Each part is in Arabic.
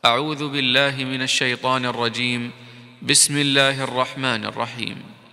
أعوذ بالله من الشيطان الرجيم. بسم الله الرحمن الرحيم.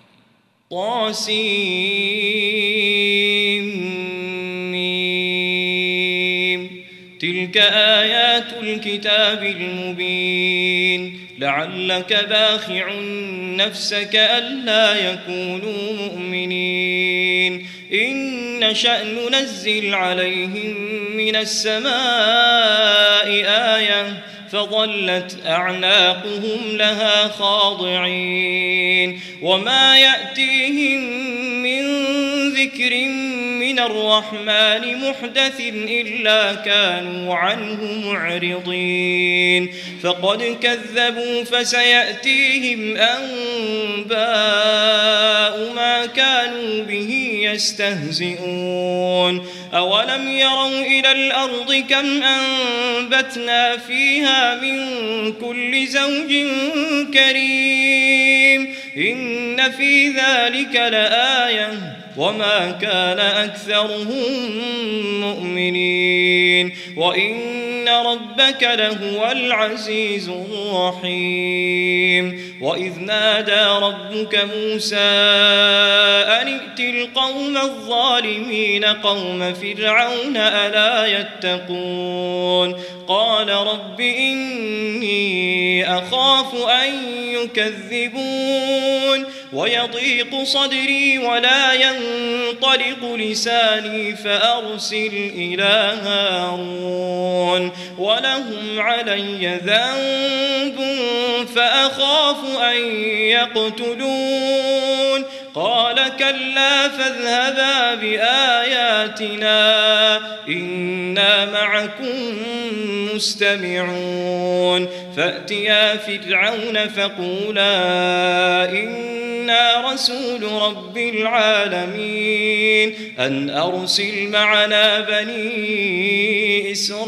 طاسيم. تلك آيات الكتاب المبين. لعلك باخع نفسك ألا يكونوا مؤمنين إن نشأ ننزل عليهم من السماء آية فظلت أعناقهم لها خاضعين وما يأتيهم من ذكر من الرحمن محدث إلا كانوا عنه معرضين فقد كذبوا فسيأتيهم أنباء ما كانوا به يستهزئون أولم يروا إلى الأرض كم أنبتنا فيها من كل زوج كريم إن في ذلك لآية وما كان أكثرهم مؤمنين وإن ربك لهو العزيز الرحيم وإذ نادى ربك موسى أن ائت القوم الظالمين قوم فرعون ألا يتقون قال رب إني أخاف أن يكذبون ويضيق صدري ولا ينطلق لساني فأرسل إلى هارون ولهم علي ذنب فأخاف أن يقتلون قال كلا فاذهبا بآياتنا إنا معكم مستمعون فأتيا فرعون فقولا إنا رسول رب العالمين أن أرسل معنا بني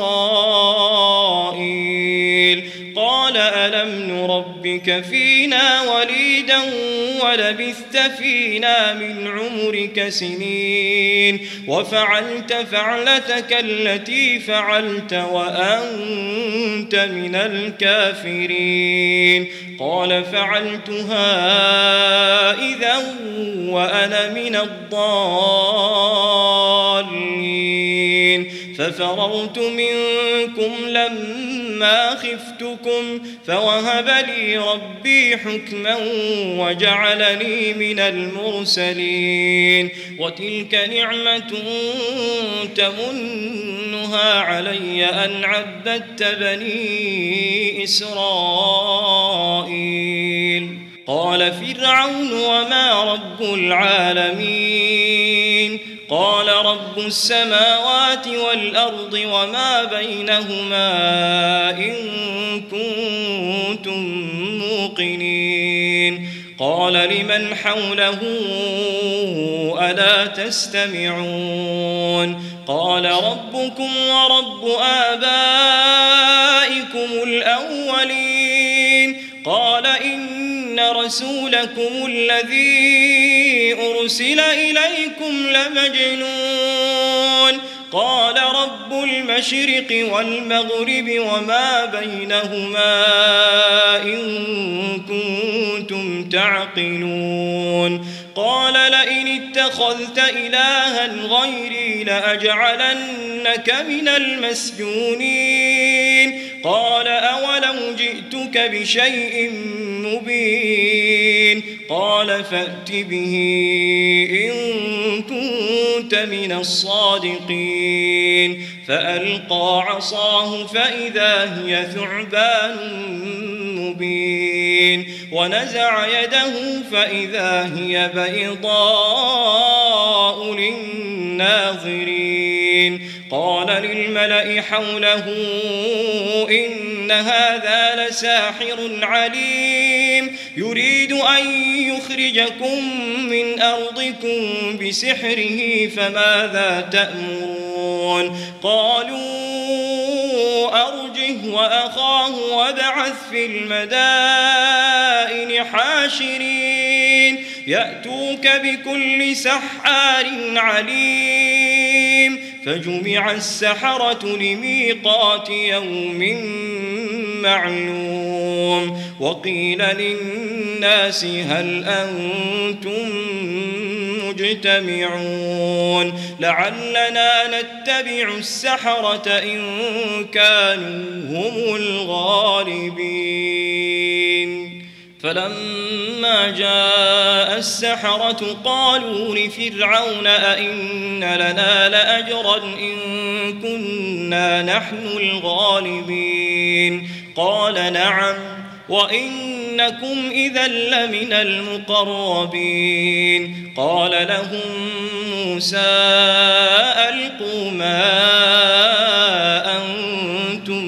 إسرائيل قال ألم نربك فينا وليدا ولبثت فينا من عمرك سنين وفعلت فعلتك التي فعلت وأنت من الكافرين قال فعلتها إذا وأنا من الضالين ففررت منكم لما خفتكم فوهب لي ربي حكما وجعلني من المرسلين وتلك نعمة تمنها علي أن عبدت بني إسرائيل قال فرعون وما رب العالمين قال رب السماوات والأرض وما بينهما إن كنتم موقنين قال لمن حوله ألا تستمعون قال ربكم ورب آبائكم الأولين قال إن رسولكم الذي أرسل إليكم لمجنون قال رب المشرق والمغرب وما بينهما إن كنتم تعقلون قال لئن اتخذت إلها غيري لأجعلنك من المسجونين قال أولو جئتك بشيء مبين قال فأت به إن كنت من الصادقين فألقى عصاه فإذا هي ثعبان مبين ونزع يده فإذا هي بيضاء للناظرين قال للملأ حوله إن هذا لساحر عليم يريد أن يخرجكم من أرضكم بسحره فماذا تأمرون قالوا أرجه وأخاه وابعث في المدائن حاشرين يأتوك بكل سحار عليم فجمع السحرة لميقات يوم معلوم وقيل للناس هل أنتم مجتمعون لعلنا نتبع السحرة إن كانوا هم الغالبين فلما جاء السحرة قالوا لفرعون أئن لنا لأجرا إن كنا نحن الغالبين قال نعم وإنكم إذا لمن المقربين قال لهم موسى ألقوا ما أنتم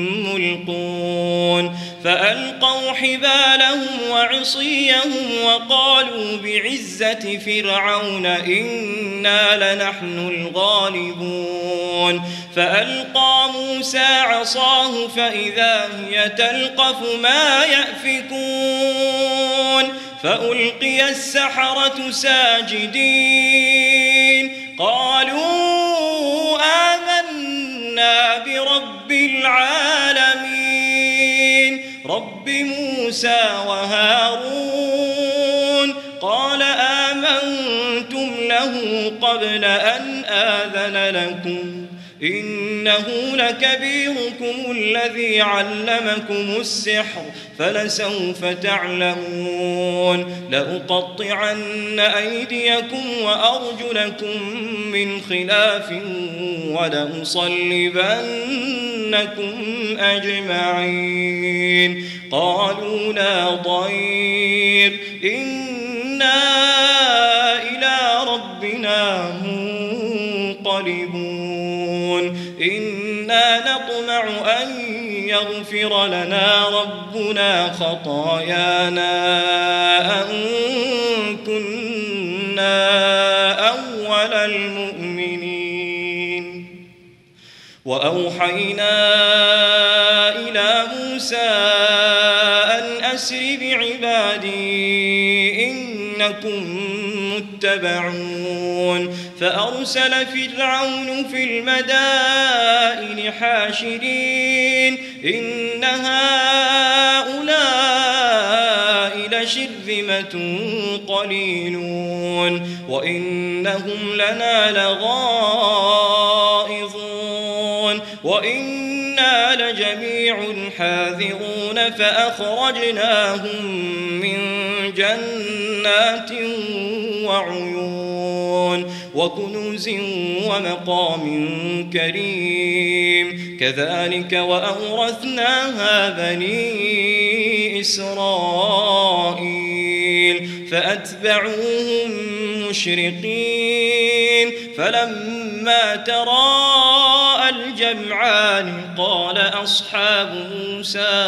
ملقون فألقوا حبالهم وعصيهم وقالوا بعزة فرعون إنا لنحن الغالبون فألقى موسى عصاه فإذا هي تلقف ما يأفكون فألقي السحرة ساجدين قالوا آمنا برب العالمين رب موسى وهارون قال آمنتم له قبل أن آذن لكم إنه لكبيركم الذي علمكم السحر فلسوف تعلمون لأقطعن أيديكم وأرجلكم من خلاف ولأصلبنكم أجمعين قالوا لا ضير إنا إلى ربنا منقلبون إنا نطمع أن يغفر لنا ربنا خطايانا أن كنا أول المؤمنين وأوحينا إلى موسى أن أسر بعبادي إنكم متبعون فأرسل فرعون في المدائن حاشرين إن هؤلاء لشرذمة قليلون وإنهم لنا لغائظون وإنا لجميع حاذرون فأخرجناهم من جنات وعيون وكنوز ومقام كريم كذلك وأورثناها بني إسرائيل فأتبعوهم مشرقين فلما تراءى الجمعان قال أصحاب موسى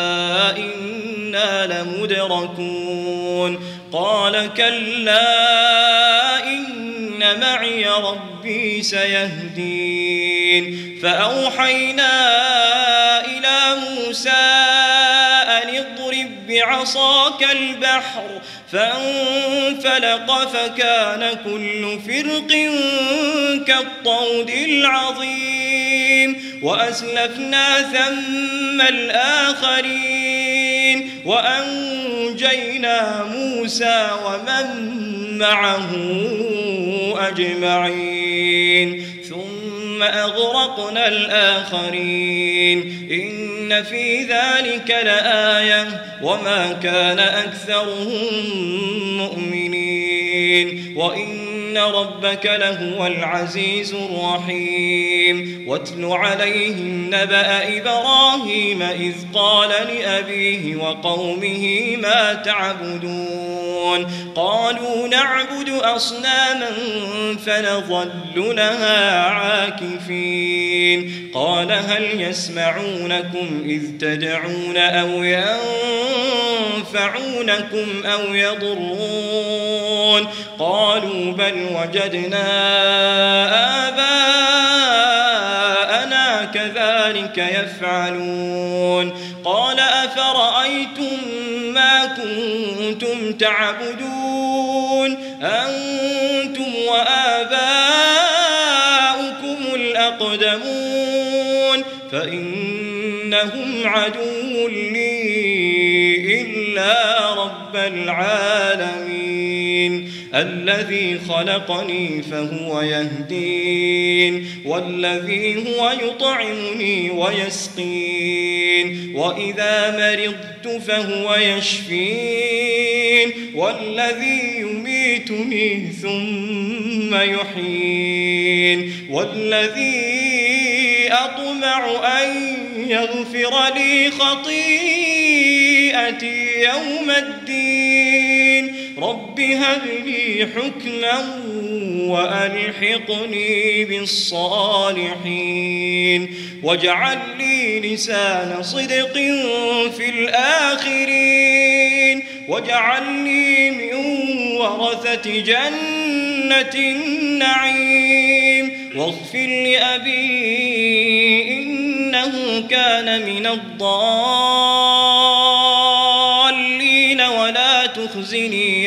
إنا لمدركون قال كلا إن معي ربي سيهدين فأوحينا إلى موسى أن اضرب بعصاك البحر فانفلق فكان كل فرق كالطود العظيم وأزلفنا ثم الآخرين وأنجينا موسى ومن معه أجمعين ثم أغرقنا الآخرين إن في ذلك لآية وما كان أكثرهم مؤمنين وإن ربك لهو العزيز الرحيم واتل عليهم نبأ إبراهيم إذ قال لأبيه وقومه ما تعبدون قالوا نعبد أصناما فنظل لها عاكفين قال هل يسمعونكم إذ تدعون أو ينفعونكم أو يضرون قالوا بل وجدنا آباءنا كذلك يفعلون قال أفرأيتم ما كنتم تعبدون أنتم وآباؤكم الأقدمون فإن إنهم عدو لي إلا رب العالمين الذي خلقني فهو يهدين والذي هو يطعمني ويسقين وإذا مرضت فهو يشفين والذي يميتني ثم يحيين والذي أطمع أن يغفر لي خطيئتي يوم الدين رب هب لي حكما وألحقني بالصالحين واجعل لي لسان صدق في الآخرين واجعلني من ورثة جنة النعيم واغفر لأبي إنه كان من الضالين ولا تخزني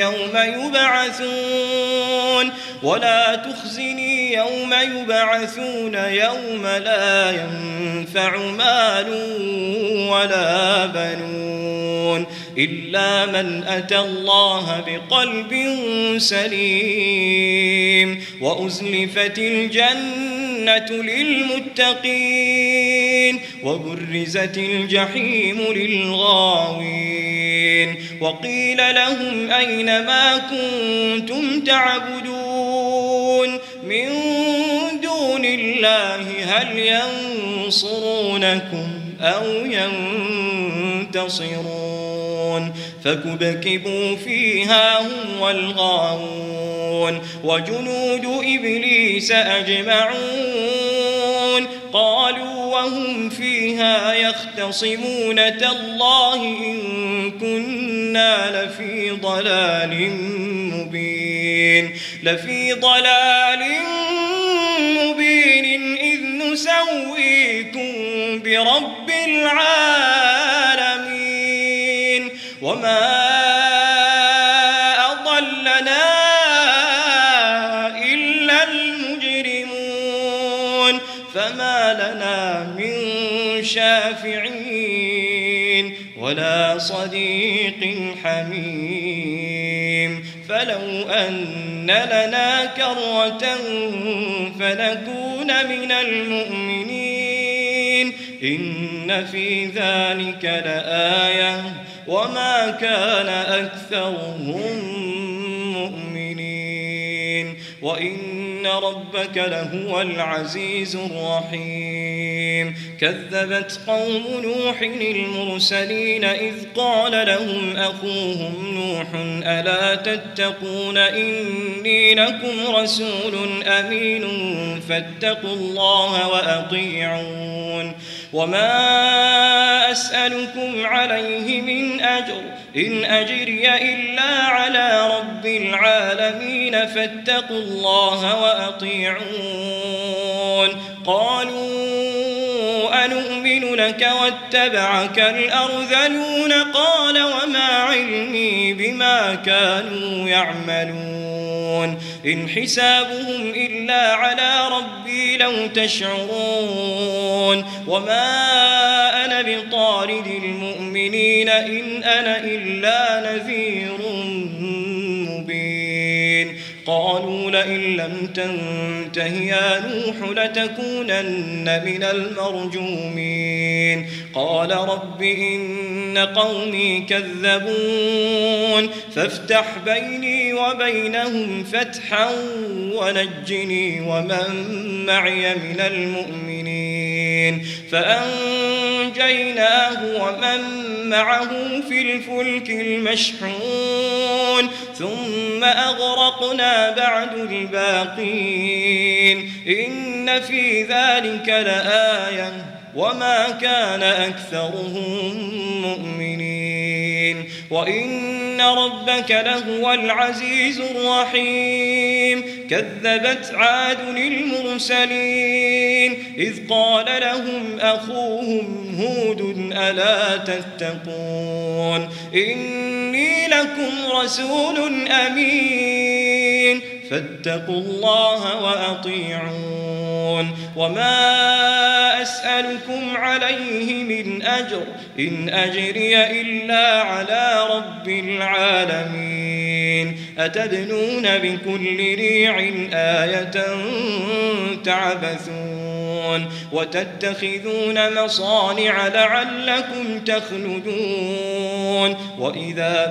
يوم يبعثون يوم لا ينفع مال ولا بنون إلا من أتى الله بقلب سليم وأزلفت الجنة للمتقين وبرزت الجحيم للغاوين وقيل لهم أين ما كنتم تعبدون من دون الله هل ينصرونكم أو ينتصرون فكبكبوا فيها هم والغاوون وجنود إبليس أجمعون قالوا وهم فيها يختصمون تالله إن كنا لفي ضلال مبين إذ نسويكم برب العالمين وما أضلنا إلا المجرمون فما لنا من شافعين ولا صديق حميم فلو أن لنا كرة فنكون من المؤمنين إن في ذلك لآية وما كان أكثرهم مؤمنين وإن ربك لهو العزيز الرحيم كذبت قوم نوح المرسلين إذ قال لهم أخوهم نوح ألا تتقون إني لكم رسول أمين فاتقوا الله وأطيعون وما أسألكم عليه من أجر إن أجري إلا على رب العالمين فاتقوا الله وأطيعون قالوا أنؤمن لك واتبعك الأرذلون قال وما علمي بما كانوا يعملون إن حسابهم إلا على ربي لو تشعرون وما أنا بطارد المؤمنين إن أنا إلا نذير مبين قالوا لئن لم تنته يا نوح لتكونن من المرجومين قال رب إن قومي كذبون فافتح بيني وبينهم فتحا ونجني ومن معي من المؤمنين فأنجيناه ومن معه في الفلك المشحون ثم أغرقنا بعد الباقين إن في ذلك لآية وما كان أكثرهم مؤمنين وإن ربك لهو العزيز الرحيم كذبت عاد المرسلين إذ قال لهم أخوهم هود ألا تتقون إني لكم رسول أمين فاتقوا الله وأطيعون وما أسألكم عليه من أجر إن أجري إلا على رب العالمين أتبنون بكل ريع آية تعبثون وتتخذون مصانع لعلكم تخلدون وإذا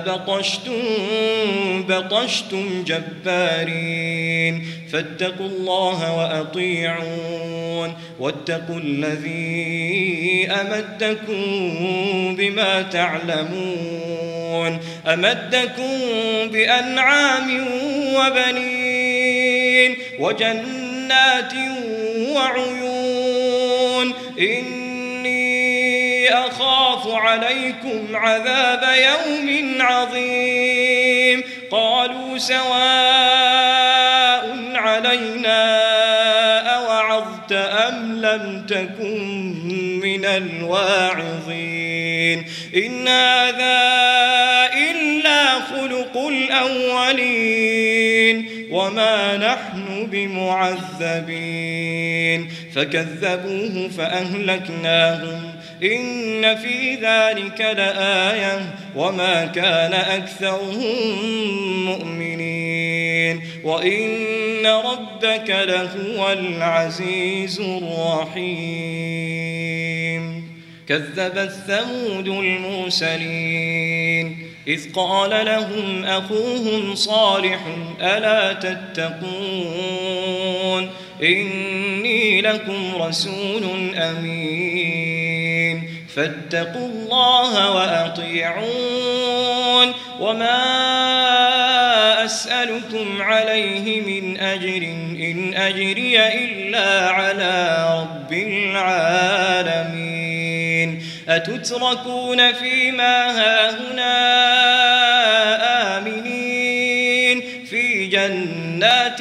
بطشتم جبارين فاتقوا الله وأطيعون واتقوا الذي أمدكم بما تعلمون أمدكم بأنعام وبنين وجنات وعيون إني أخاف عليكم عذاب يوم عظيم قالوا سواء علينا أوعظت أم لم تكن من الواعظين إن هذا إلا خلق الأولين وما نحن بمعذبين فكذبوه فأهلكناهم إن في ذلك لآية وما كان أكثرهم مؤمنين وإن ربك لهو العزيز الرحيم كذبت ثمود المرسلين إذ قال لهم أخوهم صالح ألا تتقون إني لكم رسول أمين فاتقوا الله وأطيعون وما أسألكم عليه من أجر إن أجري إلا على رب العالمين أتتركون فيما هاهنا آمنين في جنات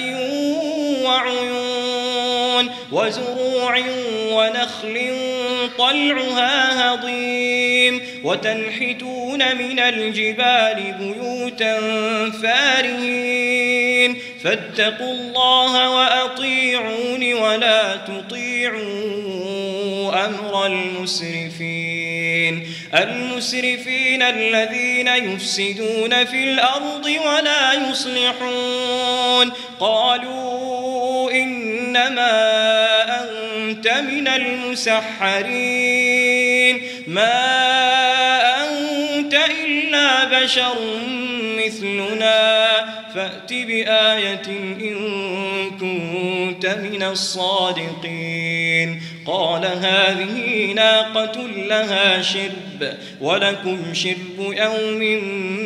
وعيون وزروع ونخل طلعها هضيم وتنحتون من الجبال بيوتا فارهين فاتقوا الله وأطيعون ولا تطيعوا أمر المسرفين الذين يفسدون في الأرض ولا يصلحون قالوا إنما أنت من المسحرين ما أنت إلا بشر مثلنا فأت بآية إن كنت من الصادقين قال هذه ناقة لها شرب ولكم شرب يوم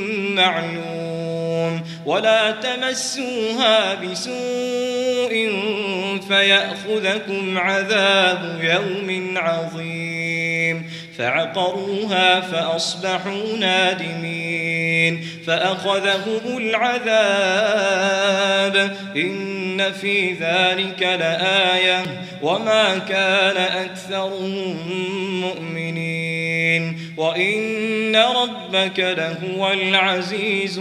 معلوم ولا تمسوها بسوء فيأخذكم عذاب يوم عظيم فعقروها فأصبحوا نادمين فأخذهم العذاب إن في ذلك لآية وما كان أكثرهم مؤمنين وإن ربك لهو العزيز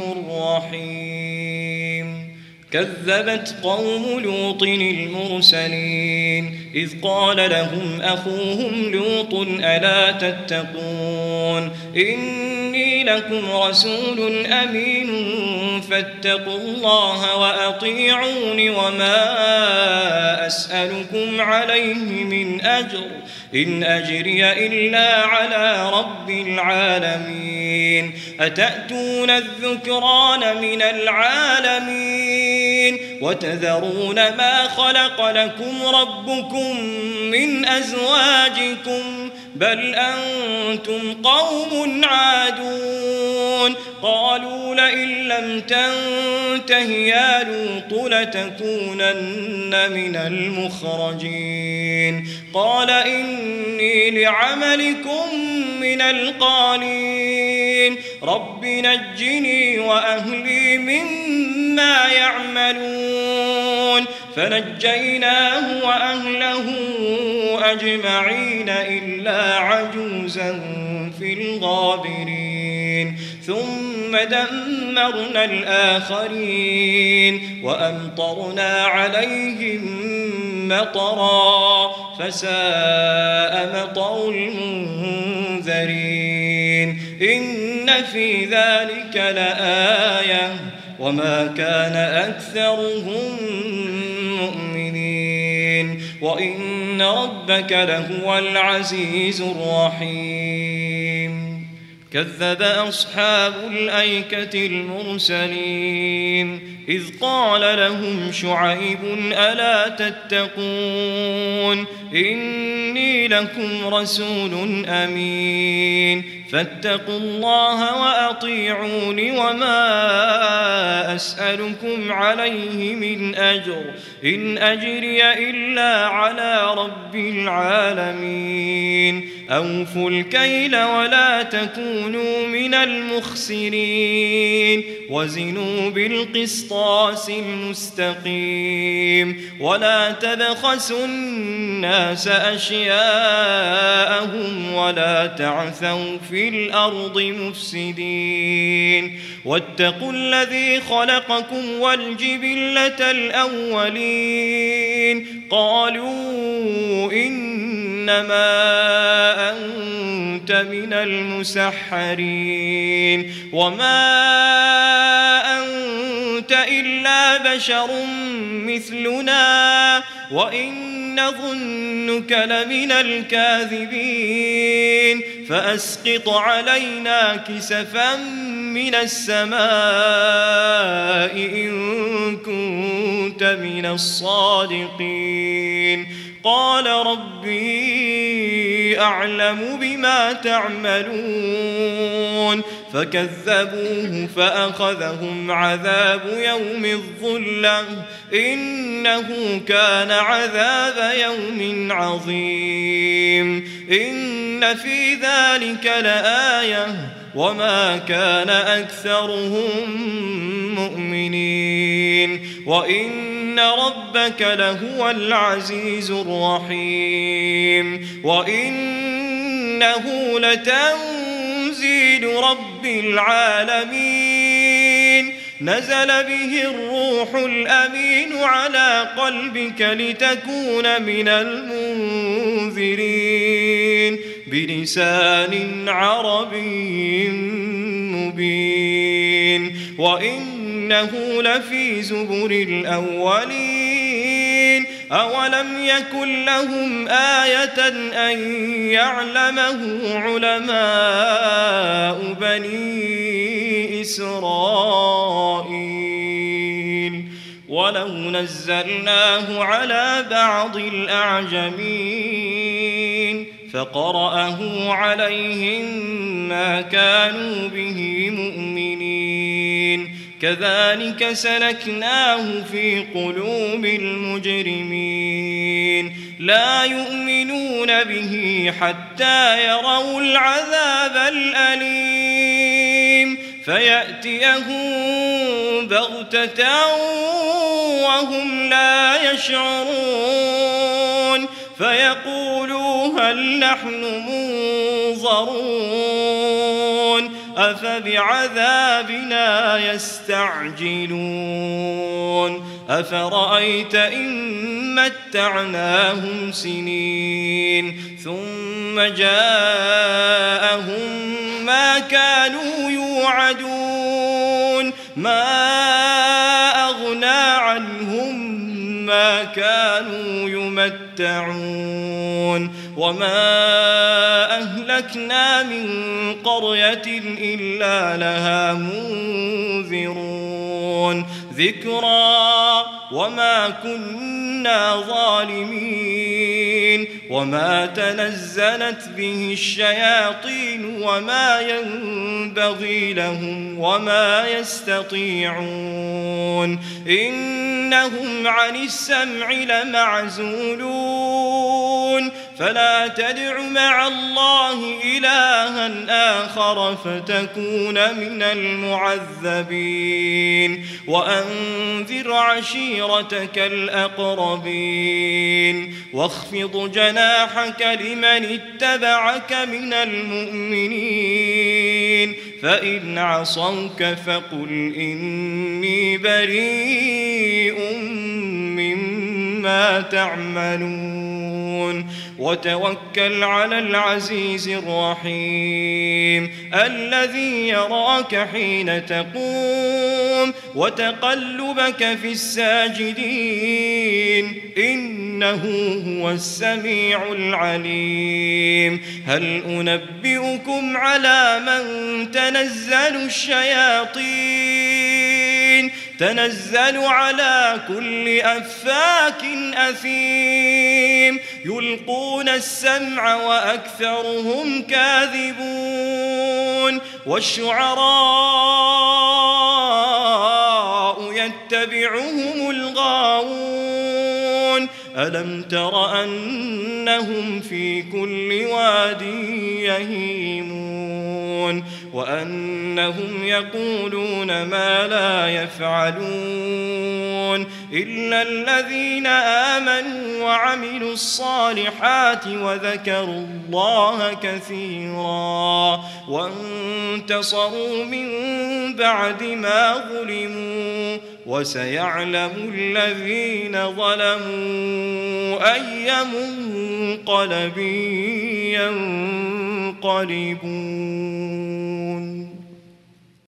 الرحيم كذبت قوم لوط المرسلين إذ قال لهم أخوهم لوط ألا تتقون إني لكم رسول أمين فاتقوا الله وأطيعون وما أسألكم عليه من أجر إن أجري إلا على رب العالمين أتأتون الذكران من العالمين وتذرون ما خلق لكم ربكم من أزواجكم بل أنتم قوم عادون قالوا لئن لم تنته يا لوط لتكونن من المخرجين قال إني لعملكم من القالين رب نجني وأهلي مما يعملون فنجيناه وأهله أجمعين إلا عجوزا في الغابرين ثم دمرنا الآخرين وأمطرنا عليهم مطرا فساء مطر المنذرين إن في ذلك لآية وما كان أكثرهم مؤمنين وإن ربك لهو العزيز الرحيم كذب أصحاب الأيكة المرسلين إذ قال لهم شعيب ألا تتقون إني لكم رسول أمين فاتقوا الله وأطيعون وما أسألكم عليه من أجر إن أجري إلا على رب العالمين أوفوا الكيل ولا تكونوا من المخسرين وزنوا بالقسطاس المستقيم ولا تبخسوا الناس أشياءهم ولا تعثوا في الأرض مفسدين واتقوا الذي خلقكم والجبلة الأولين قالوا إنما أنت من المسحرين وما أنت إلا بشر مثلنا وإن نظنك لمن الكاذبين فأسقط علينا كسفا من السماء إن كنت من الصادقين قال ربي أعلم بما تعملون فكذبوه فأخذهم عذاب يوم الظلة إنه كان عذاب يوم عظيم إن في ذلك لآية وما كان أكثرهم مؤمنين وإن ربك لهو العزيز الرحيم وإنه لتنزيل رب العالمين نزل به الروح الأمين على قلبك لتكون من المنذرين بلسان عربي مبين وإنه لفي زبر الأولين أولم يكن لهم آية أن يعلمه علماء بني إسرائيل ولو نزلناه على بعض الأعجمين فقرأه عليهم ما كانوا به مؤمنين كذلك سلكناه في قلوب المجرمين لا يؤمنون به حتى يروا العذاب الأليم فيأتيهم بغتة وهم لا يشعرون فيقولوا هل نحن منظرون أفبعذابنا يستعجلون أفرأيت إن متعناهم سنين ثم جاءهم ما كانوا يوعدون ما أغنى عنهم ما كانوا يمتعون وما أهلكنا من قرية إلا لها منذرون ذكرى وما كنا ظالمين وما تنزلت به الشياطين وما ينبغي لهم وما يستطيعون إنهم عن السمع لمعزولون فلا تدع مع الله إلها آخر فتكون من المعذبين وأنذر عشيرتك الأقربين واخفض جناحك لمن اتبعك من المؤمنين فإن عصوك فقل إني بريء مما ما تعملون وتوكل على العزيز الرحيم الذي يراك حين تقوم وتقلبك في الساجدين إنه هو السميع العليم هل أنبئكم على من تنزل الشياطين تنزل على كل أفاك أثيم يلقون السمع وأكثرهم كاذبون والشعراء يتبعهم الغاوون ألم تر أنهم في كل واد يهيمون وأنهم يقولون ما لا يفعلون إلا الذين آمنوا وعملوا الصالحات وذكروا الله كثيرا وانتصروا من بعد ما ظلموا وسيعلم الذين ظلموا أي منقلب ينقلبون.